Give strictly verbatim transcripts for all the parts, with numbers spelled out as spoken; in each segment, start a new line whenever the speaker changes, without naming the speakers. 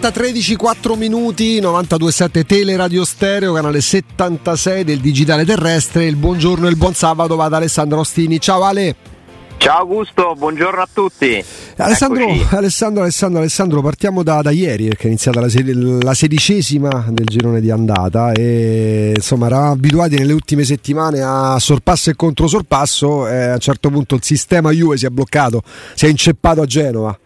diretta, tredici quattro minuti, novantadue sette Teleradio Stereo, canale settantasei del digitale terrestre. Il buongiorno e il buon sabato va da Alessandro Ostini. Ciao Ale.
Ciao Augusto, buongiorno a tutti.
Alessandro, Alessandro, Alessandro, Alessandro, partiamo da, da ieri, perché è iniziata la, sed- la sedicesima del girone di andata e insomma eravamo abituati nelle ultime settimane a sorpasso e controsorpasso e a un certo punto il sistema Juve si è bloccato, si è inceppato a Genova.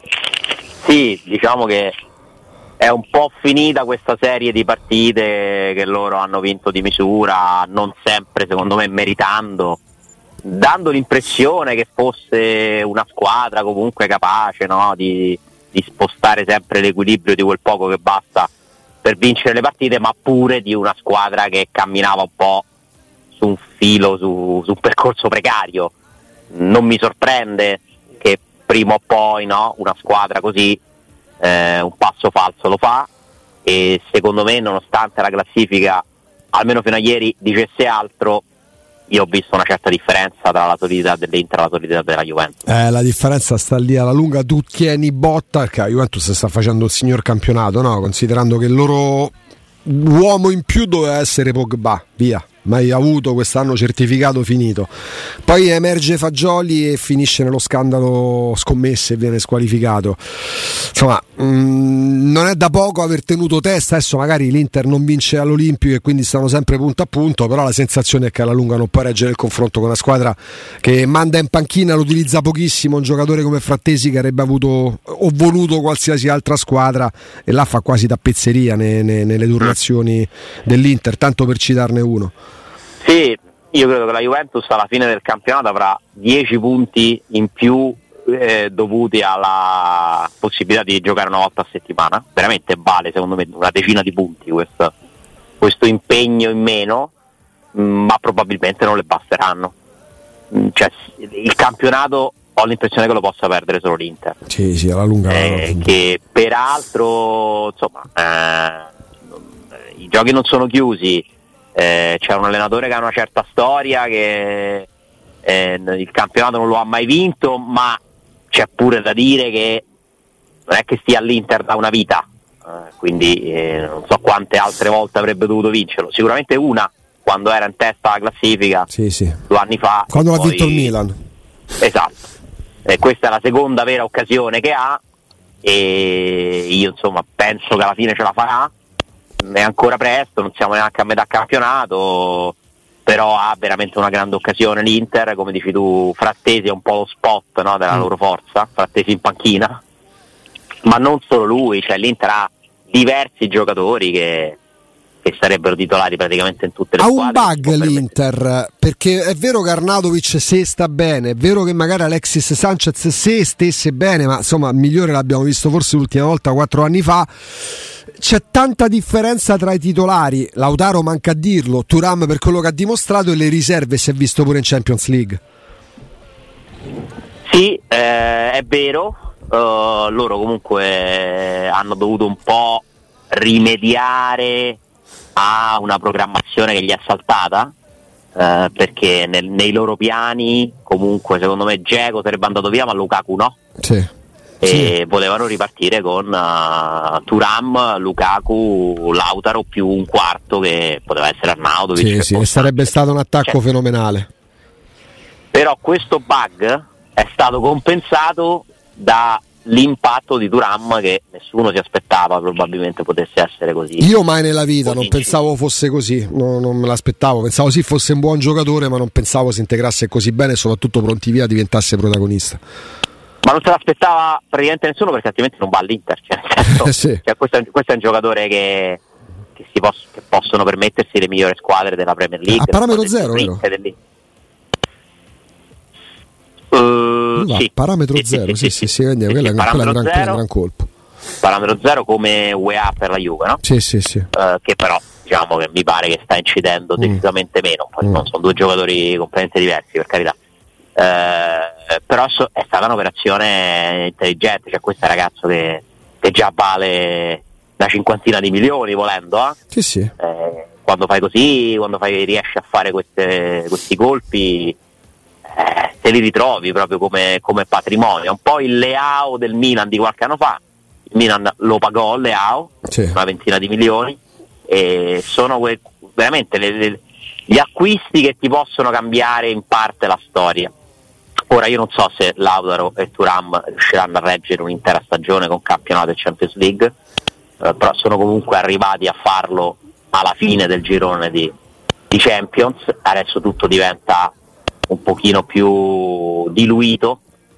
Sì, diciamo che è un po' finita questa serie di partite che loro hanno vinto di misura, non sempre secondo me meritando, dando l'impressione che fosse una squadra comunque capace, no, di, di spostare sempre l'equilibrio di quel poco che basta per vincere le partite, ma pure di una squadra che camminava un po' su un filo, su, su un percorso precario. Non mi sorprende che prima o poi, no, una squadra così eh, un passo falso lo fa, e secondo me, nonostante la classifica almeno fino a ieri dicesse altro, io ho visto una certa differenza tra la solidità dell'Inter e la solidità della Juventus.
Eh, la differenza sta lì alla lunga, tu tieni botta, perché la Juventus sta facendo il signor campionato, no? Considerando che il loro uomo in più doveva essere Pogba, via, mai avuto, quest'anno certificato, finito. Poi emerge Fagioli e finisce nello scandalo scommesse e viene squalificato. Insomma, mh, non è da poco aver tenuto testa. Adesso magari l'Inter non vince all'Olimpico e quindi stanno sempre punto a punto, però la sensazione è che alla lunga non può reggere il confronto con una squadra che manda in panchina, lo utilizza pochissimo, un giocatore come Frattesi che avrebbe avuto o voluto qualsiasi altra squadra, e là fa quasi da pezzeria ne, ne, nelle turnazioni dell'Inter, tanto per citarne uno.
Sì, io credo che la Juventus alla fine del campionato avrà dieci punti in più eh, dovuti alla possibilità di giocare una volta a settimana. Veramente vale secondo me una decina di punti questo, questo impegno in meno, ma probabilmente non le basteranno. Cioè, il campionato ho l'impressione che lo possa perdere solo l'Inter.
Sì, sì, alla lunga.
Eh, che peraltro, insomma, eh, i giochi non sono chiusi. Eh, c'è un allenatore che ha una certa storia, che eh, il campionato non lo ha mai vinto, ma c'è pure da dire che non è che stia all'Inter da una vita, eh, quindi eh, non so quante altre volte avrebbe dovuto vincerlo, sicuramente una quando era in testa alla classifica,
sì, sì,
due anni fa,
quando l'ha
poi...
vinto il Milan.
Esatto, eh, questa è la seconda vera occasione che ha, e io insomma penso che alla fine ce la farà. È ancora presto, non siamo neanche a metà campionato, però ha veramente una grande occasione l'Inter. Come dici tu, Frattesi è un po' lo spot, no, della mm. loro forza, Frattesi in panchina, ma non solo lui, cioè l'Inter ha diversi giocatori che, che sarebbero titolari praticamente in tutte le
ha
squadre.
Ha un bug l'Inter, perché è vero che Arnautovic se sta bene, è vero che magari Alexis Sanchez se stesse bene, ma insomma il migliore l'abbiamo visto forse l'ultima volta quattro anni fa. C'è tanta differenza tra i titolari, Lautaro manca a dirlo, Thuram per quello che ha dimostrato, e le riserve si è visto pure in Champions League.
Sì, eh, è vero, uh, loro comunque hanno dovuto un po' rimediare a una programmazione che gli è saltata, eh, perché nel, nei loro piani comunque secondo me Dzeko sarebbe andato via, ma Lukaku no.
Sì.
E
sì.
volevano ripartire con uh, Thuram, Lukaku, Lautaro più un quarto che poteva essere Arnautovic.
Sì, sì, e sarebbe stato un attacco cioè, fenomenale.
Però questo bug è stato compensato dall'impatto di Thuram, che nessuno si aspettava probabilmente potesse essere così.
Io mai nella vita
così
non pensavo fosse così, no, non me l'aspettavo, pensavo sì fosse un buon giocatore, ma non pensavo si integrasse così bene e soprattutto pronti via diventasse protagonista.
Ma non se l'aspettava praticamente nessuno, perché altrimenti non va all'Inter, cioè, nel senso,
sì.
cioè, questo, è, questo è un giocatore che, che, si poss- che possono permettersi le migliori squadre della Premier League.
A parametro zero, vero?
Uh,
va,
sì.
Parametro
sì,
zero, sì, sì, sì, sì, sì, quella,
sì,
quella,
sì,
quella, quella,
zero,
gran, quella è un gran colpo.
Parametro zero come U E A per la Juve, no?
Sì, sì, sì.
Uh, che però diciamo che mi pare che sta incidendo mm. decisamente meno, poi mm. non sono due giocatori completamente diversi, per carità. Eh, però so, è stata un'operazione intelligente, cioè questo è un ragazzo che, che già vale una cinquantina di milioni volendo, eh?
Sì, sì.
Eh, quando fai così, quando fai, riesci a fare queste, questi colpi, eh, te li ritrovi proprio come, come patrimonio, un po' il Leao del Milan di qualche anno fa. Milan lo pagò Leao,
sì.
una ventina di milioni, e sono que- veramente le, le, gli acquisti che ti possono cambiare in parte la storia. Ora io non so se Lautaro e Thuram riusciranno a reggere un'intera stagione con campionato e Champions League, eh, però sono comunque arrivati a farlo alla fine del girone di, di Champions. Adesso tutto diventa un pochino più diluito,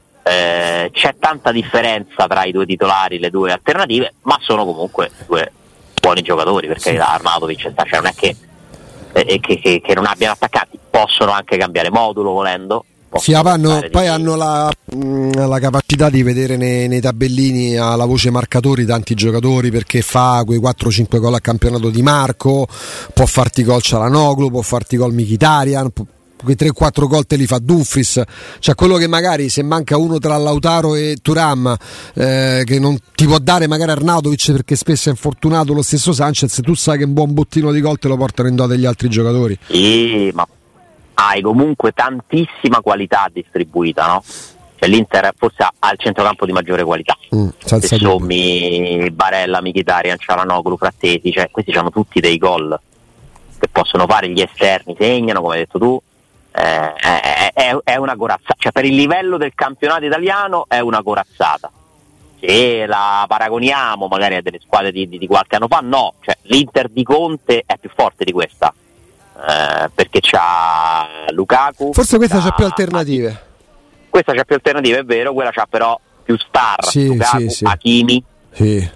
eh, c'è tanta differenza tra i due titolari, le due alternative, ma sono comunque due buoni giocatori, perché sì. Arnautovic sta, cioè non è che, eh, che, che, che non abbiano attaccanti, possono anche cambiare modulo volendo.
Sì, hanno, poi hanno la, mh, la capacità di vedere nei, nei tabellini alla voce marcatori tanti giocatori, perché fa quei quattro cinque gol a campionato Di Marco, può farti gol Çalhanoğlu, può farti gol Mkhitaryan, può, quei tre quattro gol te li fa Dumfries, cioè quello che magari se manca uno tra Lautaro e Thuram, eh, che non ti può dare magari Arnautovic perché spesso è infortunato, lo stesso Sanchez, tu sai che un buon bottino di gol te lo portano in dote gli altri giocatori.
Sì, ma hai comunque tantissima qualità distribuita, no? Cioè l'Inter forse ha al centrocampo di maggiore qualità, mm, se sommi Barella, Mkhitaryan, Çalhanoğlu, Frattesi, cioè questi hanno tutti dei gol che possono fare, gli esterni segnano, come hai detto tu, eh, è, è, è una corazzata, cioè per il livello del campionato italiano è una corazzata. Se la paragoniamo magari a delle squadre di, di, di qualche anno fa, no, cioè l'Inter di Conte è più forte di questa. Eh, perché c'ha Lukaku,
forse questa
c'ha
c'ha più alternative,
questa c'ha più alternative, è vero, quella c'ha però più star,
sì,
Lukaku,
sì, sì.
Hakimi,
sì.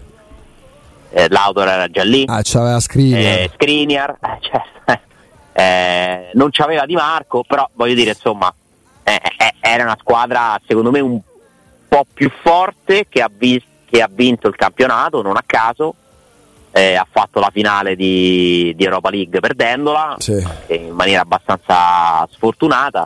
eh, Lautaro era già lì,
ah, c'aveva Skriniar,
eh, Skriniar eh, cioè, eh, non c'aveva Di Marco, però voglio dire insomma eh, eh, era una squadra secondo me un po' più forte che ha, vis- che ha vinto il campionato, non a caso. Eh, ha fatto la finale di, di Europa League perdendola,
sì.
in maniera abbastanza sfortunata,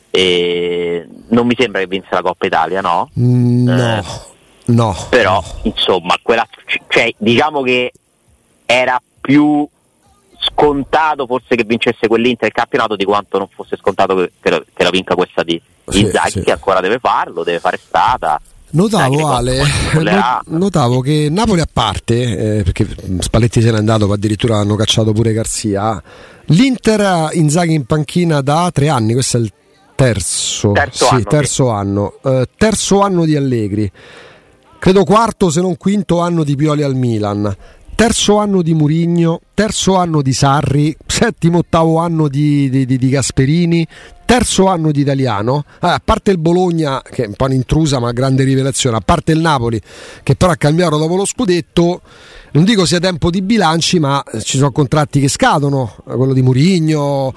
e non mi sembra che vinse la Coppa Italia, no?
Mm, no,
eh,
no.
Però insomma quella, cioè, diciamo che era più scontato forse che vincesse quell'Inter il campionato di quanto non fosse scontato che, che, la, che la vinca questa di Inzaghi, sì, sì. Che ancora deve farlo, deve fare stata.
Notavo Ale, notavo che Napoli a parte, eh, perché Spalletti se n'è andato, ma addirittura hanno cacciato pure Garzia, l'Inter Inzaghi in panchina da tre anni, questo è il terzo,
terzo
sì,
anno,
terzo
sì.
anno, eh, terzo anno di Allegri, credo quarto se non quinto anno di Pioli al Milan, terzo anno di Mourinho, terzo anno di Sarri, settimo ottavo anno di, di, di, di Gasperini, terzo anno di Italiano, ah, a parte il Bologna che è un po' un'intrusa ma grande rivelazione, a parte il Napoli che però ha cambiato dopo lo scudetto, non dico sia tempo di bilanci, ma ci sono contratti che scadono, quello di Mourinho,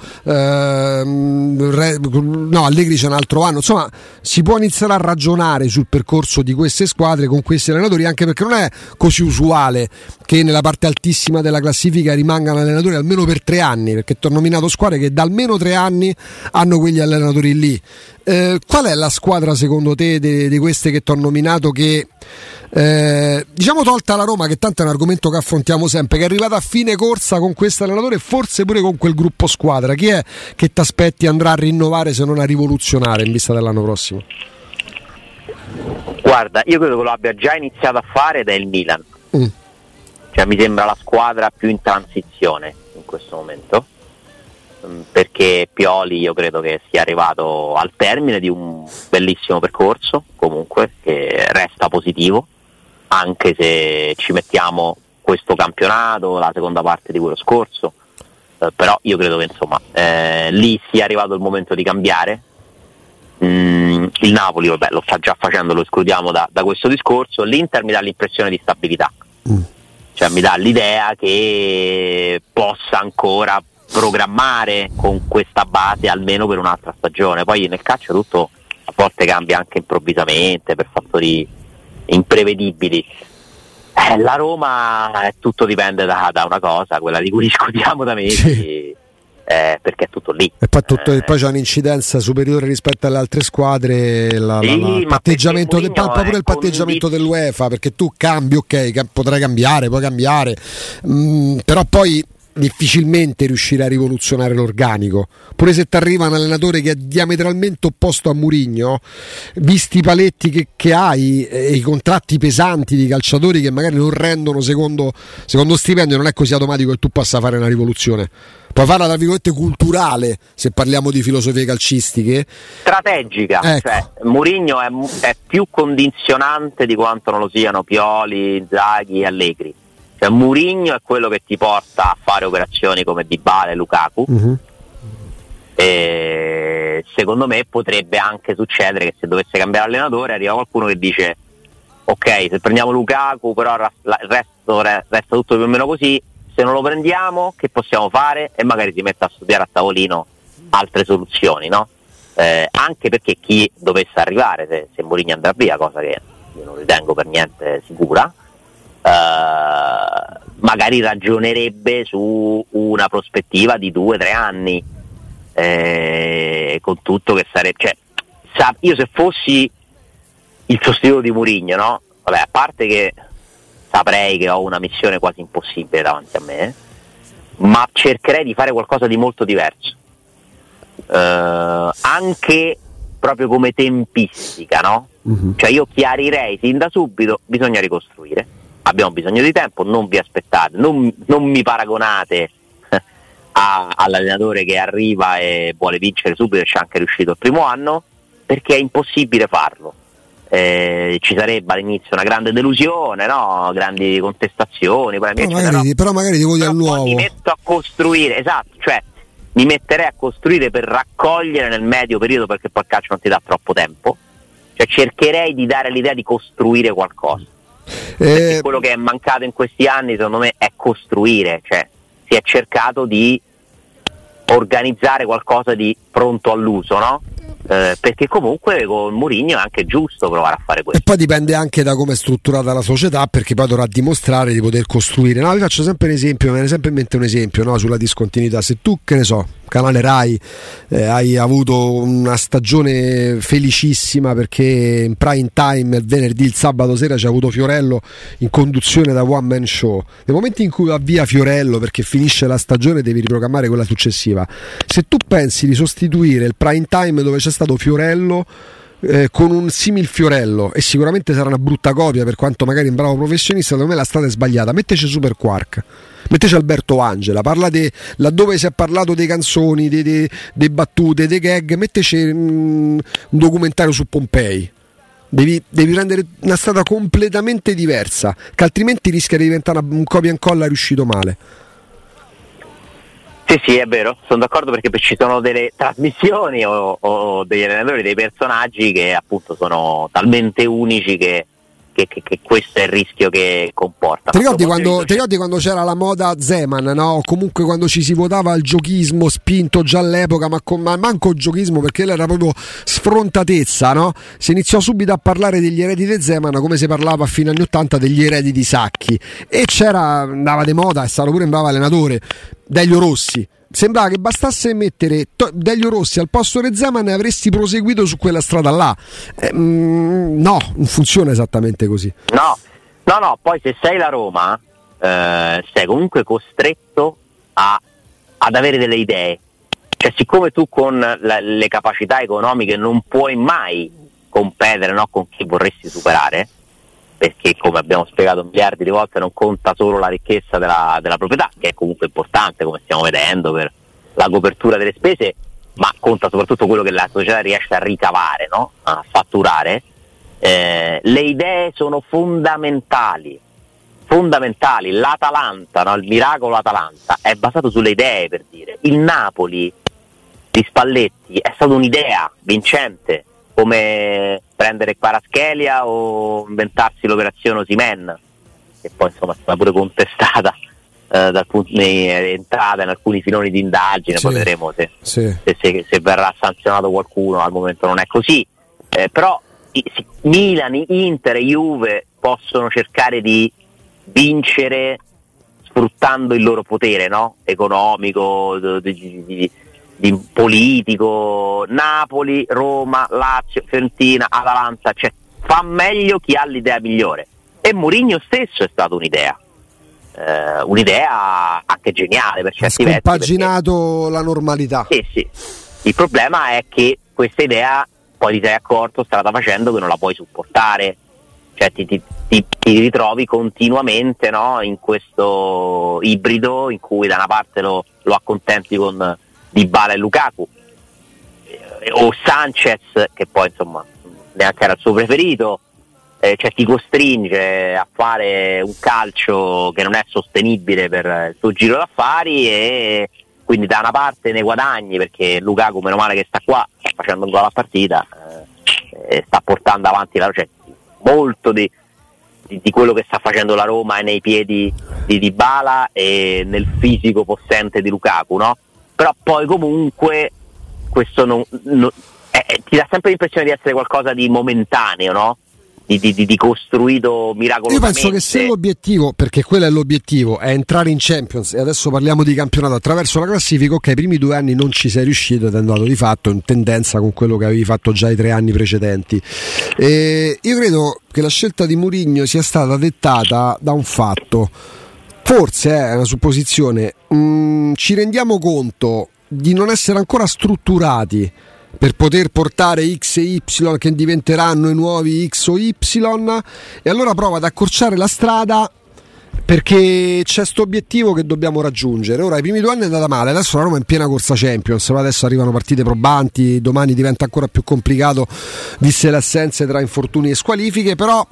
ehm, re, no, Allegri c'è un altro anno, insomma si può iniziare a ragionare sul percorso di queste squadre con questi allenatori, anche perché non è così usuale che nella parte altissima della classifica rimangano allenatori almeno per tre anni, perché ti ho nominato squadre che da almeno tre anni hanno quegli allenatori lì. Eh, qual è la squadra secondo te di queste che ti ho nominato che eh, diciamo tolta la Roma, che tanto è un argomento che affrontiamo sempre, che è arrivata a fine corsa con questo allenatore e forse pure con quel gruppo squadra, chi è che ti aspetti andrà a rinnovare se non a rivoluzionare in vista dell'anno prossimo?
Guarda, io credo che lo abbia già iniziato a fare ed è il Milan, mm. cioè mi sembra la squadra più in transizione in questo momento, perché Pioli io credo che sia arrivato al termine di un bellissimo percorso, comunque che resta positivo, anche se ci mettiamo questo campionato, la seconda parte di quello scorso, eh, però io credo che insomma eh, lì sia arrivato il momento di cambiare. Mm, il Napoli vabbè lo sta già facendo, lo escludiamo da, da questo discorso. L'Inter mi dà l'impressione di stabilità, mm. cioè mi dà l'idea che possa ancora programmare con questa base almeno per un'altra stagione. Poi nel calcio tutto a volte cambia anche improvvisamente per fattori imprevedibili. Eh, la Roma eh, tutto dipende da, da una cosa, quella di cui discutiamo da mesi, sì. eh, perché è tutto lì.
E poi, tutto, eh, poi c'è un'incidenza superiore rispetto alle altre squadre, la,
sì,
la, la, il patteggiamento del, pure il patteggiamento condiz- dell'UEFA, perché tu cambi, ok, potrai cambiare, puoi cambiare, mm, però poi difficilmente riuscirà a rivoluzionare l'organico, pure se ti arriva un allenatore che è diametralmente opposto a Mourinho, visti i paletti che, che hai e i contratti pesanti di calciatori che magari non rendono secondo, secondo stipendio, non è così automatico che tu possa fare una rivoluzione. Puoi farla tra virgolette culturale, se parliamo di filosofie calcistiche,
strategica,
ecco.
Cioè, Mourinho è, è più condizionante di quanto non lo siano Pioli, Inzaghi e Allegri. Cioè, Mourinho è quello che ti porta a fare operazioni come Dybala e Lukaku. Uh-huh. E secondo me potrebbe anche succedere che se dovesse cambiare allenatore arriva qualcuno che dice ok, se prendiamo Lukaku però il resto resta tutto più o meno così, se non lo prendiamo che possiamo fare? E magari si mette a studiare a tavolino altre soluzioni, no? Eh, anche perché chi dovesse arrivare, se, se Mourinho andrà via, cosa che io non ritengo per niente sicura, Uh, magari ragionerebbe su una prospettiva di due o tre anni, eh, con tutto che sarebbe, cioè, sa, io se fossi il sostituto di Mourinho, no? Vabbè, a parte che saprei che ho una missione quasi impossibile davanti a me, ma cercherei di fare qualcosa di molto diverso, uh, anche proprio come tempistica, no? Uh-huh. Cioè io chiarirei sin da subito, bisogna ricostruire. Abbiamo bisogno di tempo, non vi aspettate, non, non mi paragonate a, all'allenatore che arriva e vuole vincere subito e ci è anche riuscito il primo anno, perché è impossibile farlo. Eh, ci sarebbe all'inizio una grande delusione, no? Grandi contestazioni, poi
però, eccetera, magari, no? però magari ti voglia nuovo.
Mi metto a costruire, esatto, cioè mi metterei a costruire per raccogliere nel medio periodo, perché poi il calcio non ti dà troppo tempo, cioè cercherei di dare l'idea di costruire qualcosa. Perché eh, quello che è mancato in questi anni secondo me è costruire, cioè si è cercato di organizzare qualcosa di pronto all'uso, no? Eh, perché comunque con Mourinho è anche giusto provare a fare questo.
E poi dipende anche da come è strutturata la società, perché poi dovrà dimostrare di poter costruire. No, vi faccio sempre un esempio, mi viene sempre in mente un esempio, no, sulla discontinuità. Se tu, che ne so, canale Rai, eh, hai avuto una stagione felicissima perché in prime time il venerdì, il sabato sera c'è avuto Fiorello in conduzione da one man show. Nel momento in cui va via Fiorello perché finisce la stagione devi riprogrammare quella successiva. Se tu pensi di sostituire il prime time dove c'è stato Fiorello eh, con un simil Fiorello, e sicuramente sarà una brutta copia per quanto magari un bravo professionista, secondo me la strada è sbagliata. Metteci Super Quark, metteci Alberto Angela, parla de, laddove si è parlato dei canzoni, dei battute, dei gag, metteci mm, un documentario su Pompei. Devi, devi prendere una strada completamente diversa, che altrimenti rischia di diventare una, un copia e incolla riuscito male.
Sì, sì, è vero, sono d'accordo, perché ci sono delle trasmissioni o, o degli allenatori, dei personaggi che appunto sono talmente unici che, che, che, che questo è il rischio che comporta.
Ti ricordi, quando, ti ricordi quando c'era la moda Zeman, no? Comunque quando ci si votava al giochismo spinto già all'epoca, ma, con, ma manco giochismo, perché era proprio sfrontatezza, no? Si iniziò subito a parlare degli eredi di Zeman come si parlava a fine anni ottanta degli eredi di Sacchi, e c'era, andava di moda, è stato pure un bravo allenatore, Delio Rossi. Sembrava che bastasse mettere to- Delio Rossi al posto di Zeman e avresti proseguito su quella strada là. Eh, mm, no, non funziona esattamente così.
No, no, no, poi se sei la Roma eh, sei comunque costretto a, ad avere delle idee. Cioè, siccome tu con la, le capacità economiche non puoi mai competere, no, con chi vorresti superare, perché come abbiamo spiegato miliardi di volte non conta solo la ricchezza della, della proprietà, che è comunque importante come stiamo vedendo per la copertura delle spese, ma conta soprattutto quello che la società riesce a ricavare, no? A fatturare. Eh, le idee sono fondamentali, fondamentali. L'Atalanta, no? Il miracolo Atalanta è basato sulle idee, per dire. Il Napoli di Spalletti è stata un'idea vincente, come prendere Kvaratskhelia o inventarsi l'operazione Osimhen, che poi insomma è stata pure contestata eh, dal punto di entrata in alcuni filoni di indagine, sì, poi vedremo se,
sì.
se, se, se verrà sanzionato qualcuno. Al momento non è così, eh, però i, Milan, Inter e Juve possono cercare di vincere sfruttando il loro potere, no? Economico, di, di, di, di politico. Napoli, Roma, Lazio, Fiorentina, Atalanta, cioè fa meglio chi ha l'idea migliore, e Mourinho stesso è stata un'idea, eh, un'idea anche geniale per certi versi.
Ha scompaginato la normalità.
Sì, sì. Il problema è che questa idea poi ti sei accorto strada facendo che non la puoi supportare, cioè ti, ti, ti, ti ritrovi continuamente, no, in questo ibrido in cui da una parte lo, lo accontenti con Dybala e Lukaku, eh, o Sanchez che poi insomma neanche era il suo preferito, eh, cioè ti costringe a fare un calcio che non è sostenibile per il tuo giro d'affari, e quindi da una parte ne guadagni perché Lukaku, meno male che sta qua, sta facendo un gol a partita, eh, sta portando avanti la, cioè, molto di, di, di quello che sta facendo la Roma è nei piedi di Dybala e nel fisico possente di Lukaku, no? Però poi comunque questo non, non eh, ti dà sempre l'impressione di essere qualcosa di momentaneo, no? Di, di, di costruito miracolosamente.
Io penso che se l'obiettivo, perché quello è l'obiettivo, è entrare in Champions, e adesso parliamo di campionato attraverso la classifica, ok, i primi due anni non ci sei riuscito ed è andato di fatto in tendenza con quello che avevi fatto già i tre anni precedenti. E io credo che la scelta di Mourinho sia stata dettata da un fatto, forse è una supposizione, mm, ci rendiamo conto di non essere ancora strutturati per poter portare X e Y che diventeranno i nuovi X o Y, e allora prova ad accorciare la strada perché c'è sto obiettivo che dobbiamo raggiungere. Ora i primi due anni è andata male, adesso la Roma è in piena corsa Champions, ma adesso arrivano partite probanti, domani diventa ancora più complicato viste le assenze tra infortuni e squalifiche, però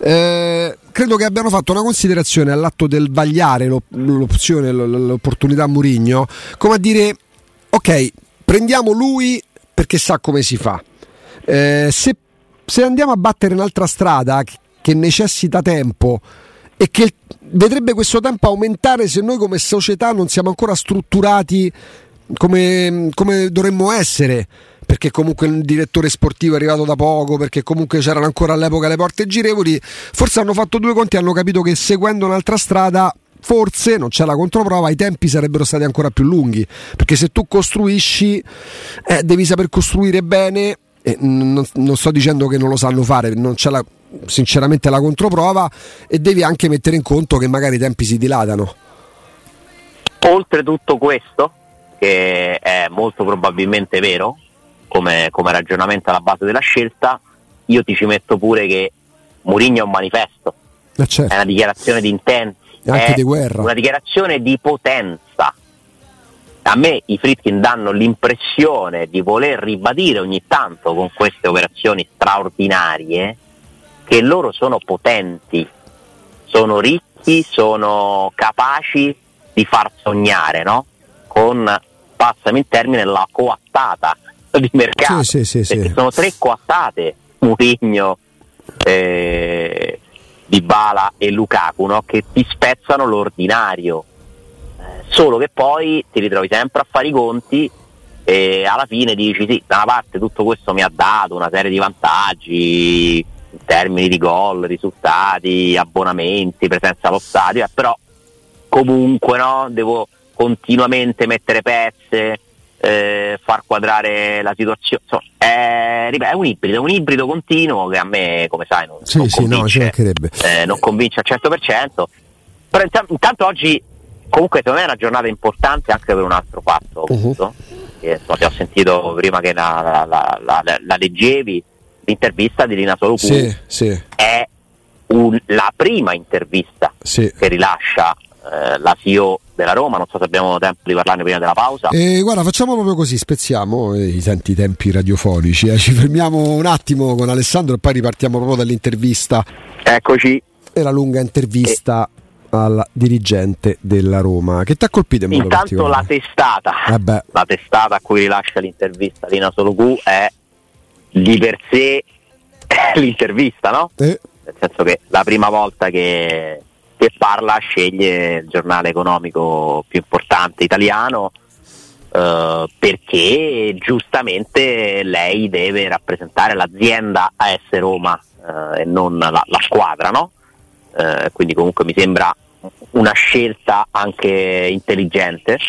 eh, credo che abbiano fatto una considerazione all'atto del vagliare l'opzione, l'opportunità Mourinho, come a dire ok, prendiamo lui perché sa come si fa. Eh, se, se andiamo a battere un'altra strada che, che necessita tempo e che vedrebbe questo tempo aumentare se noi come società non siamo ancora strutturati come, come dovremmo essere, perché comunque il direttore sportivo è arrivato da poco, perché comunque c'erano ancora all'epoca le porte girevoli, forse hanno fatto due conti e hanno capito che seguendo un'altra strada forse, non c'è la controprova, i tempi sarebbero stati ancora più lunghi, perché se tu costruisci eh, devi saper costruire bene, e non, non sto dicendo che non lo sanno fare, non c'è la, sinceramente la controprova, e devi anche mettere in conto che magari i tempi si dilatano.
Oltre tutto questo, che è molto probabilmente vero come, come ragionamento alla base della scelta, io ti ci metto pure che Mourinho è un manifesto,
eh certo.
È una dichiarazione di intenti,
anche
è
di guerra,
una dichiarazione di potenza. A me i Friedkin danno l'impressione di voler ribadire ogni tanto con queste operazioni straordinarie che loro sono potenti, sono ricchi, sono capaci di far sognare, no? Con, passami il termine, la coattata di mercato,
sì, sì, sì,
perché
sì.
sono tre coattate, Mourinho, eh, Dybala e Lukaku, no? Che ti spezzano l'ordinario, eh, solo che poi ti ritrovi sempre a fare i conti e alla fine dici sì, da una parte tutto questo mi ha dato una serie di vantaggi in termini di gol, risultati, abbonamenti, presenza allo stadio, eh, però comunque, no, devo continuamente mettere pezze, eh, far quadrare la situazione, insomma, è, è un ibrido, un ibrido continuo che a me, come sai, non,
sì,
non
sì,
convince,
no,
eh, non convince al cento per cento. Però intanto, intanto oggi comunque secondo me è una giornata importante anche per un altro fatto,
uh-huh.
che insomma, ti ho sentito prima che la, la, la, la, la leggevi, l'intervista di Rina Soloku,
sì, sì.
è un, la prima intervista
sì.
che rilascia eh, la C E O della Roma. Non so se abbiamo tempo di parlarne prima della pausa.
Eh, guarda, facciamo proprio così, spezziamo eh, i tanti tempi radiofonici, eh. Ci fermiamo un attimo con Alessandro e poi ripartiamo proprio dall'intervista.
Eccoci.
E la lunga intervista e... al dirigente della Roma, che ti ha colpito in modo
intanto la testata
eh
la testata a cui rilascia l'intervista Rina Soloku è di per sé l'intervista, no?
Eh.
Nel senso che la prima volta che, che parla sceglie il giornale economico più importante italiano, eh, perché giustamente lei deve rappresentare l'azienda A S Roma eh, e non la, la squadra, no? Eh, quindi comunque mi sembra una scelta anche intelligente.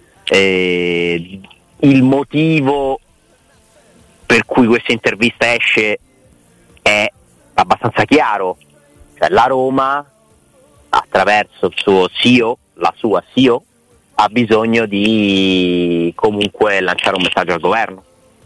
Eh, il motivo per cui questa intervista esce è abbastanza chiaro, cioè la Roma attraverso il suo C E O, la sua C E O, ha bisogno di comunque lanciare un messaggio al governo,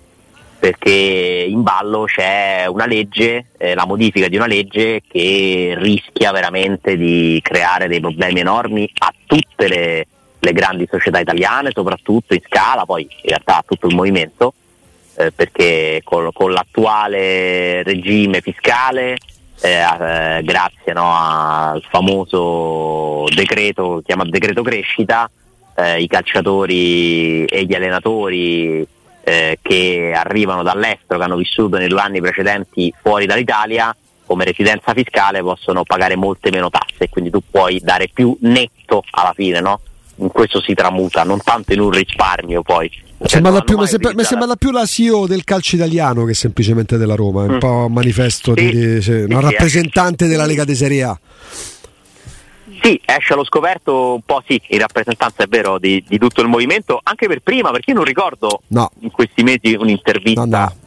perché in ballo c'è una legge, eh, la modifica di una legge che rischia veramente di creare dei problemi enormi a tutte le, le grandi società italiane, soprattutto in scala, poi in realtà a tutto il movimento, eh, perché con, con l'attuale regime fiscale, eh, eh, grazie no, al famoso decreto, chiamato decreto crescita, eh, i calciatori e gli allenatori Eh, che arrivano dall'estero, che hanno vissuto nei due anni precedenti fuori dall'Italia, come residenza fiscale possono pagare molte meno tasse, quindi tu puoi dare più netto alla fine, no? In questo si tramuta, non tanto in un risparmio poi.
Sembra più, mi sembra, mi sembra più la C E O del calcio italiano che semplicemente della Roma, è un mm. po' un manifesto, sì, di, sì, una sì, rappresentante sì. della Lega di Serie A.
Sì, esce allo scoperto un po' sì, in rappresentanza è vero di, di tutto il movimento, anche per prima, perché io non ricordo
no.
in questi mesi un'intervista no, no.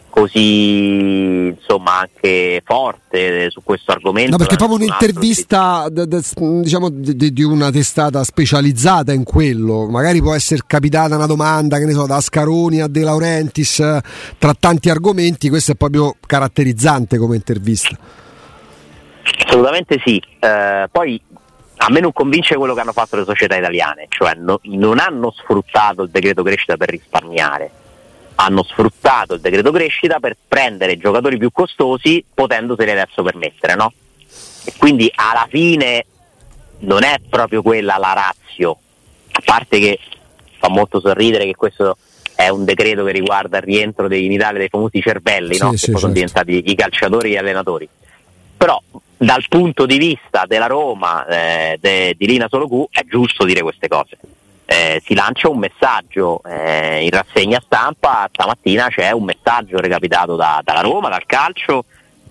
così insomma anche forte su questo argomento.
No, perché proprio un'intervista d- d- diciamo di, di una testata specializzata in quello, magari può essere capitata una domanda, che ne so, da Ascaroni a De Laurentiis, tra tanti argomenti, questo è proprio caratterizzante come intervista.
Assolutamente sì, eh, poi a me non convince quello che hanno fatto le società italiane, cioè no, non hanno sfruttato il decreto crescita per risparmiare, hanno sfruttato il decreto crescita per prendere giocatori più costosi potendoseli adesso permettere, no? E quindi alla fine non è proprio quella la ratio, a parte che fa molto sorridere che questo è un decreto che riguarda il rientro dei, in Italia dei famosi cervelli,
sì,
no?
Sì,
che poi sono
certo.
diventati i calciatori e gli allenatori. Però dal punto di vista della Roma, eh, de, di Lina Solocu, è giusto dire queste cose. Eh, si lancia un messaggio eh, in rassegna stampa, stamattina c'è un messaggio recapitato da, dalla Roma, dal calcio,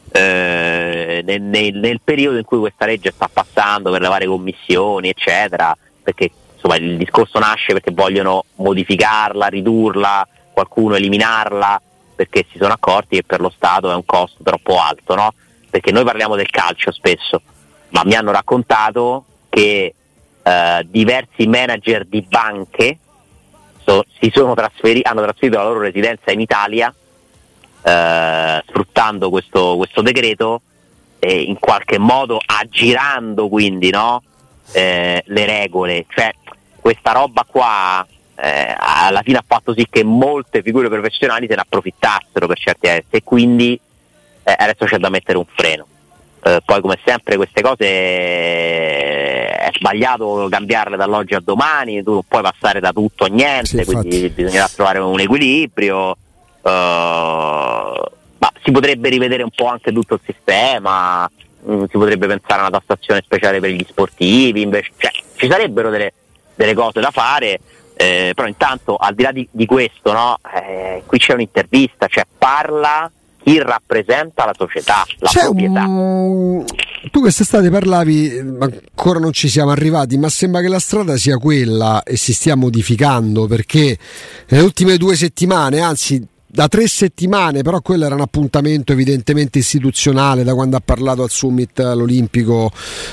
eh, nel, nel, nel periodo in cui questa legge sta passando per le varie commissioni eccetera, perché insomma il discorso nasce perché vogliono modificarla, ridurla, qualcuno eliminarla, perché si sono accorti che per lo Stato è un costo troppo alto, no? Perché noi parliamo del calcio spesso, ma mi hanno raccontato che eh, diversi manager di banche so, si sono trasferiti, hanno trasferito la loro residenza in Italia eh, sfruttando questo, questo decreto e in qualche modo aggirando quindi no, eh, le regole, cioè questa roba qua eh, alla fine ha fatto sì che molte figure professionali se ne approfittassero per certi versi e quindi Eh, adesso c'è da mettere un freno. Eh, poi come sempre queste cose eh, è sbagliato cambiarle dall'oggi a domani, tu non puoi passare da tutto a niente, sì, quindi bisognerà trovare un equilibrio, eh, ma si potrebbe rivedere un po' anche tutto il sistema, mh, si potrebbe pensare a una tassazione speciale per gli sportivi, invece cioè, ci sarebbero delle, delle cose da fare, eh, però intanto al di là di, di questo no, eh, qui c'è un'intervista, cioè parla chi rappresenta la società, la
C'è
proprietà.
Un... Tu quest'estate parlavi, ancora non ci siamo arrivati, ma sembra che la strada sia quella e si stia modificando, perché nelle ultime due settimane, anzi da tre settimane, però quello era un appuntamento evidentemente istituzionale, da quando ha parlato al summit all'Olimpico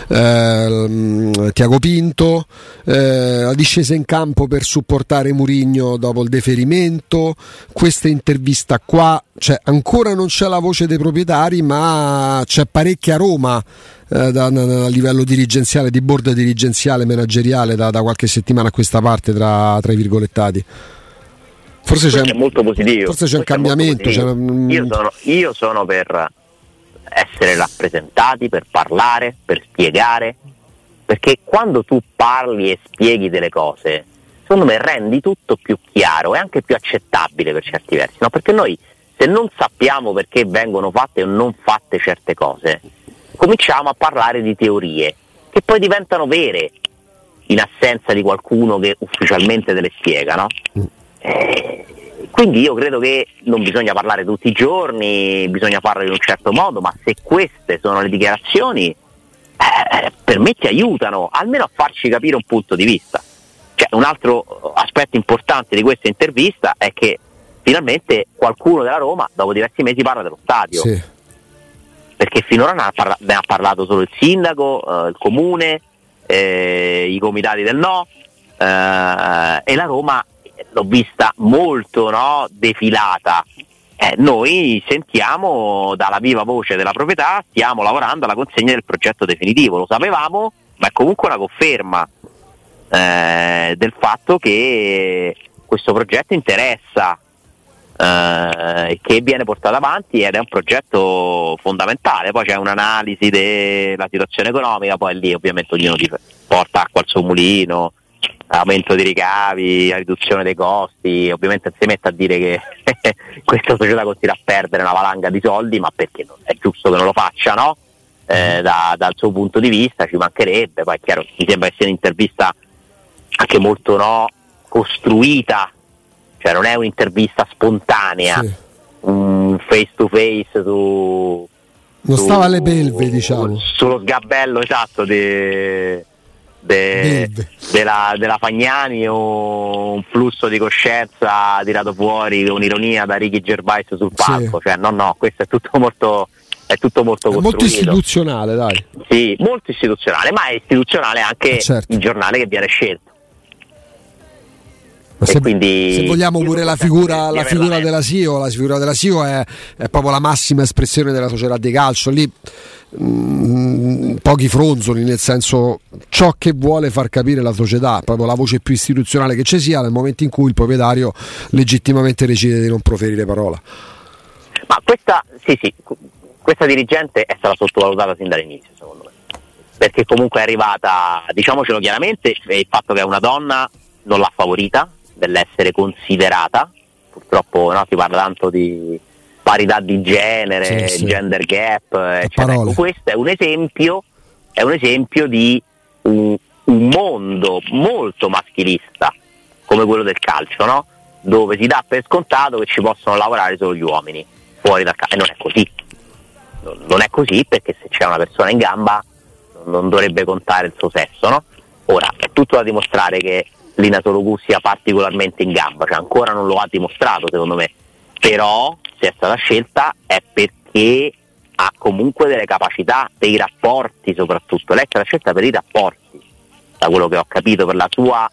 eh, Tiago Pinto, eh, la discesa in campo per supportare Mourinho dopo il deferimento, questa intervista qua, cioè ancora non c'è la voce dei proprietari, ma c'è parecchia Roma eh, da, da, a livello dirigenziale, di board dirigenziale, manageriale da, da qualche settimana a questa parte tra, tra i virgolettati. Forse c'è,
è molto positivo.
Forse c'è un cambiamento. C'è un...
Io, sono, io sono per essere rappresentati, per parlare, per spiegare, perché quando tu parli e spieghi delle cose, secondo me rendi tutto più chiaro e anche più accettabile per certi versi, no? Perché noi se non sappiamo perché vengono fatte o non fatte certe cose, cominciamo a parlare di teorie che poi diventano vere in assenza di qualcuno che ufficialmente te le spiega, no? Eh, quindi io credo che non bisogna parlare tutti i giorni, bisogna farlo in un certo modo, ma se queste sono le dichiarazioni eh, per me ti aiutano almeno a farci capire un punto di vista. Cioè, un altro aspetto importante di questa intervista è che finalmente qualcuno della Roma dopo diversi mesi parla dello stadio.
Sì.
perché finora ne ha, parla- ne ha parlato solo il sindaco, eh, il comune, eh, i comitati del no, eh, e la Roma l'ho vista molto, no, defilata. Eh, noi sentiamo dalla viva voce della proprietà, stiamo lavorando alla consegna del progetto definitivo, lo sapevamo, ma è comunque una conferma eh, del fatto che questo progetto interessa, eh, che viene portato avanti ed è un progetto fondamentale. Poi c'è un'analisi della situazione economica, poi lì ovviamente ognuno porta acqua al suo mulino, aumento di ricavi, riduzione dei costi, ovviamente si mette a dire che questa società continuerà a perdere una valanga di soldi, ma perché non è giusto che non lo faccia, no? Eh, da, dal suo punto di vista ci mancherebbe. Poi è chiaro, mi sembra che sia un'intervista anche molto, no, costruita, cioè non è un'intervista spontanea, sì, un face to face su
non
su,
stava alle belve, diciamo,
sullo sgabello esatto de, de, della, della Fagnani, o un flusso di coscienza tirato fuori con ironia da Ricky Gervais sul palco, sì. Cioè no no, questo è tutto molto è tutto molto costruito,
molto istituzionale, dai.
Sì, molto istituzionale, ma è istituzionale anche, eh, certo, il giornale che viene scelto.
Ma se, quindi, se vogliamo pure la figura, la figura della S I O, la figura della S I O è, è proprio la massima espressione della società di calcio. Lì mh, pochi fronzoli, nel senso, ciò che vuole far capire la società, proprio la voce più istituzionale che ci sia nel momento in cui il proprietario legittimamente decide di non proferire parola.
Ma questa, sì, sì, questa dirigente è stata sottovalutata sin dall'inizio, secondo me, perché comunque è arrivata, diciamocelo chiaramente, il fatto che è una donna non l'ha favorita dell'essere considerata, purtroppo, no, si parla tanto di parità di genere, sì, sì, gender gap, eccetera. Ecco, questo è un esempio, è un esempio di un, un mondo molto maschilista come quello del calcio, no? Dove si dà per scontato che ci possono lavorare solo gli uomini fuori dal calcio, e non è così. Non è così, perché se c'è una persona in gamba non dovrebbe contare il suo sesso, no? Ora è tutto da dimostrare che Lina Soloku sia particolarmente in gamba, cioè ancora non lo ha dimostrato secondo me, però se è stata scelta è perché ha comunque delle capacità, dei rapporti soprattutto. Lei è stata scelta per i rapporti, da quello che ho capito, per la sua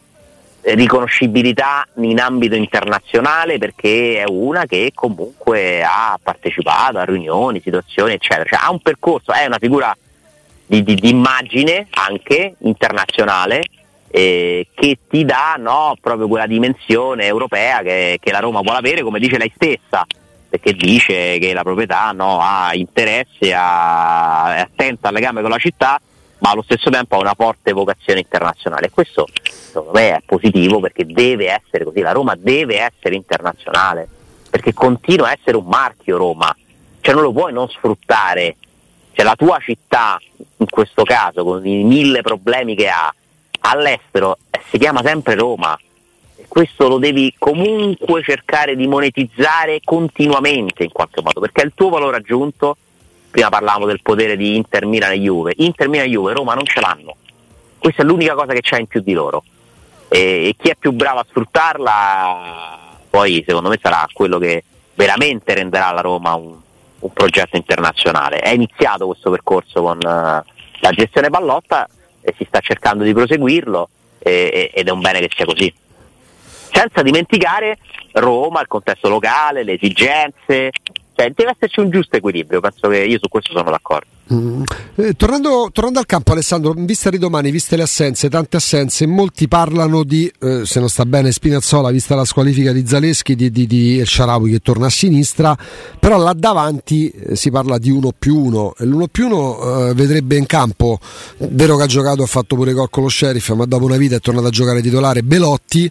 riconoscibilità in ambito internazionale, perché è una che comunque ha partecipato a riunioni, situazioni eccetera, cioè ha un percorso, è una figura di, di, di immagine anche internazionale, eh, che ti dà, no, proprio quella dimensione europea che, che la Roma vuole avere, come dice lei stessa, perché dice che la proprietà, no, ha interesse, ha, è attenta al legame con la città, ma allo stesso tempo ha una forte vocazione internazionale, e questo secondo me è positivo, perché deve essere così. La Roma deve essere internazionale, perché continua a essere un marchio Roma, cioè non lo puoi non sfruttare, cioè la tua città in questo caso, con i mille problemi che ha all'estero, eh, si chiama sempre Roma, e questo lo devi comunque cercare di monetizzare continuamente in qualche modo, perché è il tuo valore aggiunto. Prima parlavamo del potere di Inter, Milan e Juve. Inter, Milan e Juve, Roma non ce l'hanno. Questa è l'unica cosa che c'è in più di loro. E, e chi è più bravo a sfruttarla, poi secondo me sarà quello che veramente renderà la Roma un, un progetto internazionale. È iniziato questo percorso con uh, la gestione Pallotta e si sta cercando di proseguirlo, e, ed è un bene che sia così. Senza dimenticare Roma, il contesto locale, le esigenze. Cioè, deve esserci un giusto equilibrio, penso che io su questo sono d'accordo.
Mm. Eh, tornando, tornando al campo, Alessandro, in vista di domani, viste le assenze, tante assenze, molti parlano di, eh, se non sta bene Spinazzola, vista la squalifica di Zaleschi, di, di, di El Shaarawy che torna a sinistra, però là davanti eh, si parla di uno più uno, e l'uno più uno eh, vedrebbe in campo, vero che ha giocato, ha fatto pure gol con lo Sheriff, ma dopo una vita è tornato a giocare titolare, Belotti.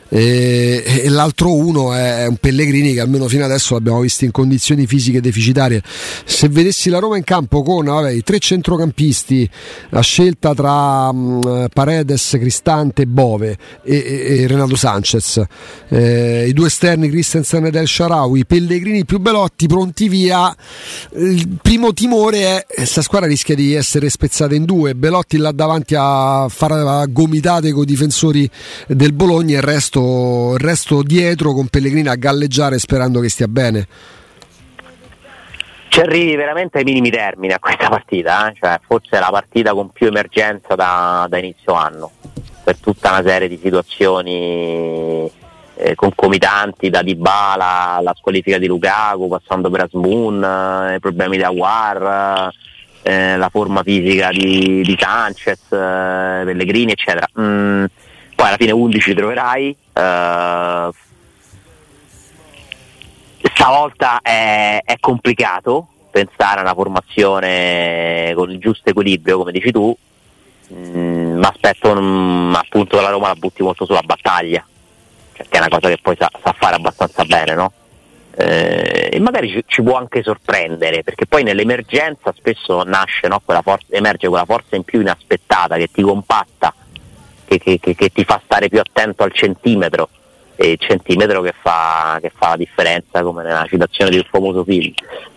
E, e l'altro uno è un Pellegrini che almeno fino adesso l'abbiamo visto in condizioni fisiche deficitarie. Se vedessi la Roma in campo con vabbè, i tre centrocampisti, la scelta tra um, Paredes, Cristante, Bove e, e, e Renato Sanchez, eh, i due esterni Christensen ed El Shaarawy, Pellegrini più Belotti pronti via, il primo timore è che questa squadra rischia di essere spezzata in due, Belotti là davanti a fare gomitate con i difensori del Bologna e il resto il resto dietro con Pellegrini a galleggiare sperando che stia bene.
ci arrivi veramente ai minimi termini a questa partita, eh? Cioè, forse è la partita con più emergenza da, da inizio anno, per tutta una serie di situazioni eh, concomitanti, da Dybala, la squalifica di Lukaku, passando per Asmun, eh, i problemi di Aouar, eh, la forma fisica di, di Sanchez, eh, Pellegrini, eccetera. Mm, poi alla fine undici troverai. Eh, stavolta è, è complicato pensare a una formazione con il giusto equilibrio, come dici tu. Mm, ma aspetto um, appunto che la Roma la butti molto sulla battaglia, cioè, che è una cosa che poi sa, sa fare abbastanza bene, no? Eh, e magari ci, ci può anche sorprendere, perché poi nell'emergenza spesso nasce, no, quella forza, emerge quella forza in più inaspettata che ti compatta, che, che, che, che ti fa stare più attento al centimetro, e il centimetro che fa, che fa la differenza, come nella citazione di un famoso film.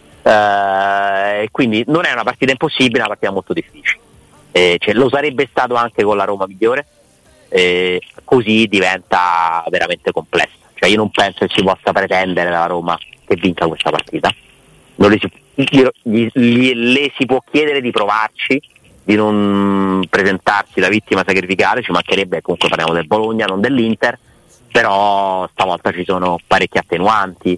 Eh, quindi non è una partita impossibile, è una partita molto difficile. Eh, cioè, lo sarebbe stato anche con la Roma migliore, eh, così diventa veramente complessa. Cioè, io non penso che si possa pretendere dalla Roma che vinca questa partita. Non le, si, gli, gli, gli, le si può chiedere di provarci, di non presentarsi da vittima sacrificale, ci mancherebbe, comunque parliamo del Bologna, non dell'Inter, però stavolta ci sono parecchi attenuanti,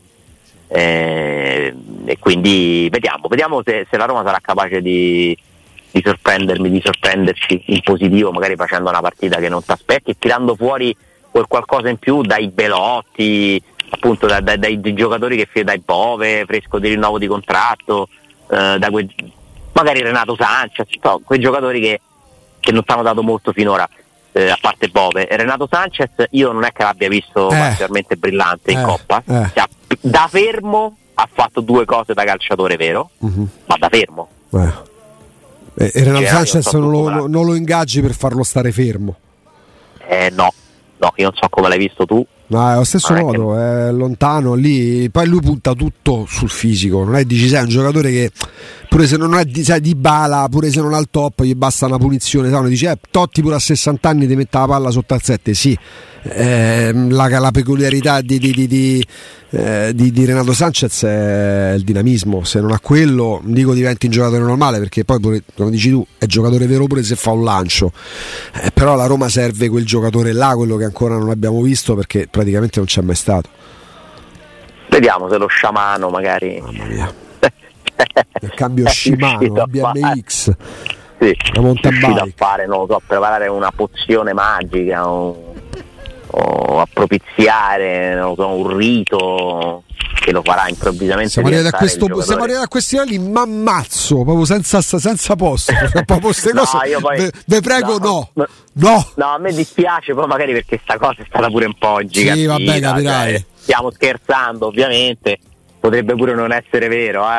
eh, e quindi vediamo, vediamo se, se la Roma sarà capace di di sorprendermi, di sorprenderci in positivo, magari facendo una partita che non ti aspetti e tirando fuori quel qualcosa in più dai Belotti, appunto da, da, dai, dai giocatori che dai Bove, fresco di rinnovo di contratto, eh, da quei, magari Renato Sanchez, no, quei giocatori che, che non ti hanno dato molto finora, eh, a parte Bove. E Renato Sanchez io non è che l'abbia visto eh. particolarmente brillante in
eh.
Coppa,
eh.
cioè, da fermo ha fatto due cose da calciatore vero, uh-huh. ma da fermo.
Eh. E Renato Sanchez non lo, non lo ingaggi per farlo stare fermo?
Eh no, no, io non so come l'hai visto tu.
No, è allo stesso non modo, è, che... è lontano lì, poi lui punta tutto sul fisico, non è, dici, sai, è un giocatore che pure se non è di, sai, Dybala, pure se non ha il top gli basta una punizione, sai, uno dice eh, Totti pure a sessanta anni ti mette la palla sotto al sette, sì. Eh, la, la peculiarità di, di, di, di, eh, di, di Renato Sanchez è il dinamismo, se non ha quello dico diventi un giocatore normale, perché poi pure, come dici tu, è giocatore vero pure se fa un lancio, eh, però alla Roma serve quel giocatore là, quello che ancora non abbiamo visto perché praticamente non c'è mai stato.
Vediamo se lo sciamano magari,
mamma mia, il cambio Shimano, B M X,
sì,
la mountain bike,
a fare, non lo so, preparare una pozione magica, un o a propiziare, non so, un rito che lo farà improvvisamente.
Siamo arrivati a questo, siamo arrivati a questi livelli, ma ammazzo proprio senza, senza posto, cioè, proprio queste
no,
cose
io poi,
ve prego no,
no
no
no a me dispiace poi magari perché sta cosa è stata pure un po' gigantina.
Sì, vabbè, capirai.
Cioè, stiamo scherzando, ovviamente potrebbe pure non essere vero, eh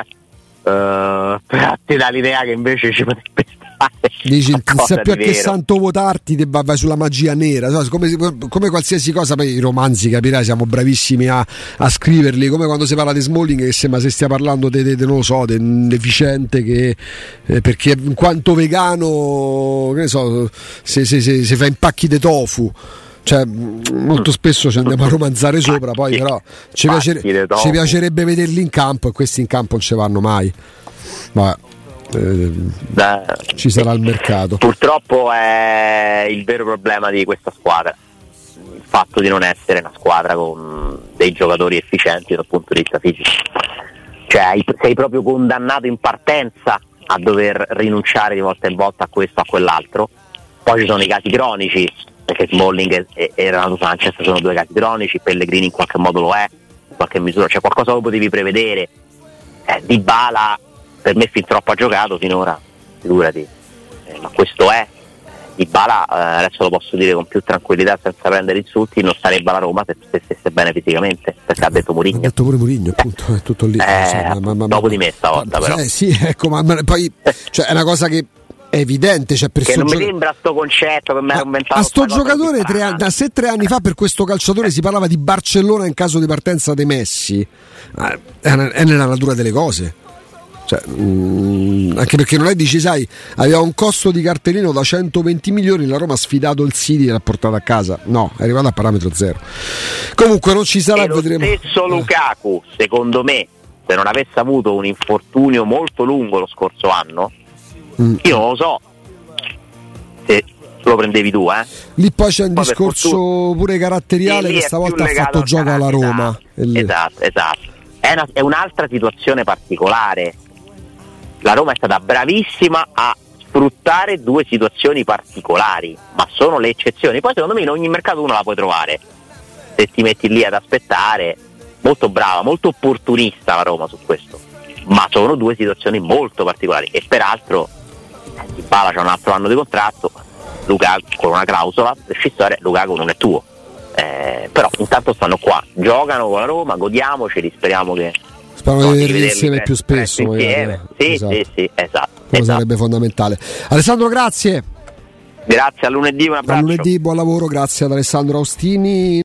uh, però ti dà l'idea che invece ci potrebbe stare.
Dici, se più a che santo votarti te vai, vai sulla magia nera, so, come, come qualsiasi cosa. Poi i romanzi, capirai, siamo bravissimi a, a scriverli, come quando si parla di Smalling che sembra se stia parlando di, non lo so, di un deficiente che eh, perché in quanto vegano, che ne so, se, se, se, se fa impacchi di tofu, cioè molto spesso ci andiamo a romanzare sopra, poi però ci, piacere, ci piacerebbe vederli in campo, e questi in campo non ci vanno mai. Vabbè. Eh,
da,
ci sarà il mercato.
Purtroppo è il vero problema di questa squadra, il fatto di non essere una squadra con dei giocatori efficienti dal punto di vista fisico. Cioè sei proprio condannato in partenza a dover rinunciare di volta in volta a questo o a quell'altro. Poi ci sono i casi cronici, perché Smalling e, e Renato Sanchez sono due casi cronici, Pellegrini in qualche modo lo è, in qualche misura, cioè qualcosa lo potevi prevedere. eh, Dybala per me fin troppo ha giocato finora, figurati, eh, ma questo è Dybala, eh, adesso lo posso dire con più tranquillità senza prendere insulti, non sarebbe alla Roma se stesse bene fisicamente, perché ha detto Mourinho.
Ha detto pure Mourinho, appunto, è tutto lì.
Eh,
insomma, ma, ma,
dopo
ma,
di me stavolta, però.
Eh, sì, ecco, ma, ma poi cioè, è una cosa che è evidente, cioè, per
che non
gio-
mi sembra sto concetto che mi ha commentato.
A sto giocatore tre anni, da sé tre anni fa per questo calciatore si parlava di Barcellona in caso di partenza dei Messi, è nella natura delle cose. Cioè, mh, anche perché non è, dici, sai, aveva un costo di cartellino da centoventi milioni, la Roma ha sfidato il City e l'ha portato a casa. No, è arrivato a parametro zero. Comunque non ci sarà,
e lo
vedremo.
Stesso Lukaku, secondo me, se non avesse avuto un infortunio molto lungo lo scorso anno, mm. io non lo so se lo prendevi tu, eh.
Lì poi c'è un poi discorso fortuna, pure caratteriale, che stavolta ha fatto gioco alla Roma.
Esatto, esatto. È, una, è un'altra situazione particolare. La Roma è stata bravissima a sfruttare due situazioni particolari, ma sono le eccezioni. Poi secondo me in ogni mercato uno la puoi trovare, se ti metti lì ad aspettare. Molto brava, molto opportunista la Roma su questo, ma sono due situazioni molto particolari. E peraltro Dybala c'ha un altro anno di contratto, Lukaku con una clausola rescissoria, Lukaku non è tuo, eh, però intanto stanno qua, giocano con la Roma, godiamoceli, speriamo che
speriamo di vederli insieme più spesso
insieme. Sì, esatto. sì, sì, esatto,
esatto.
Sarebbe
fondamentale. Alessandro, grazie.
Grazie, a lunedì, un abbraccio.
A lunedì, buon lavoro, grazie ad Alessandro Austini.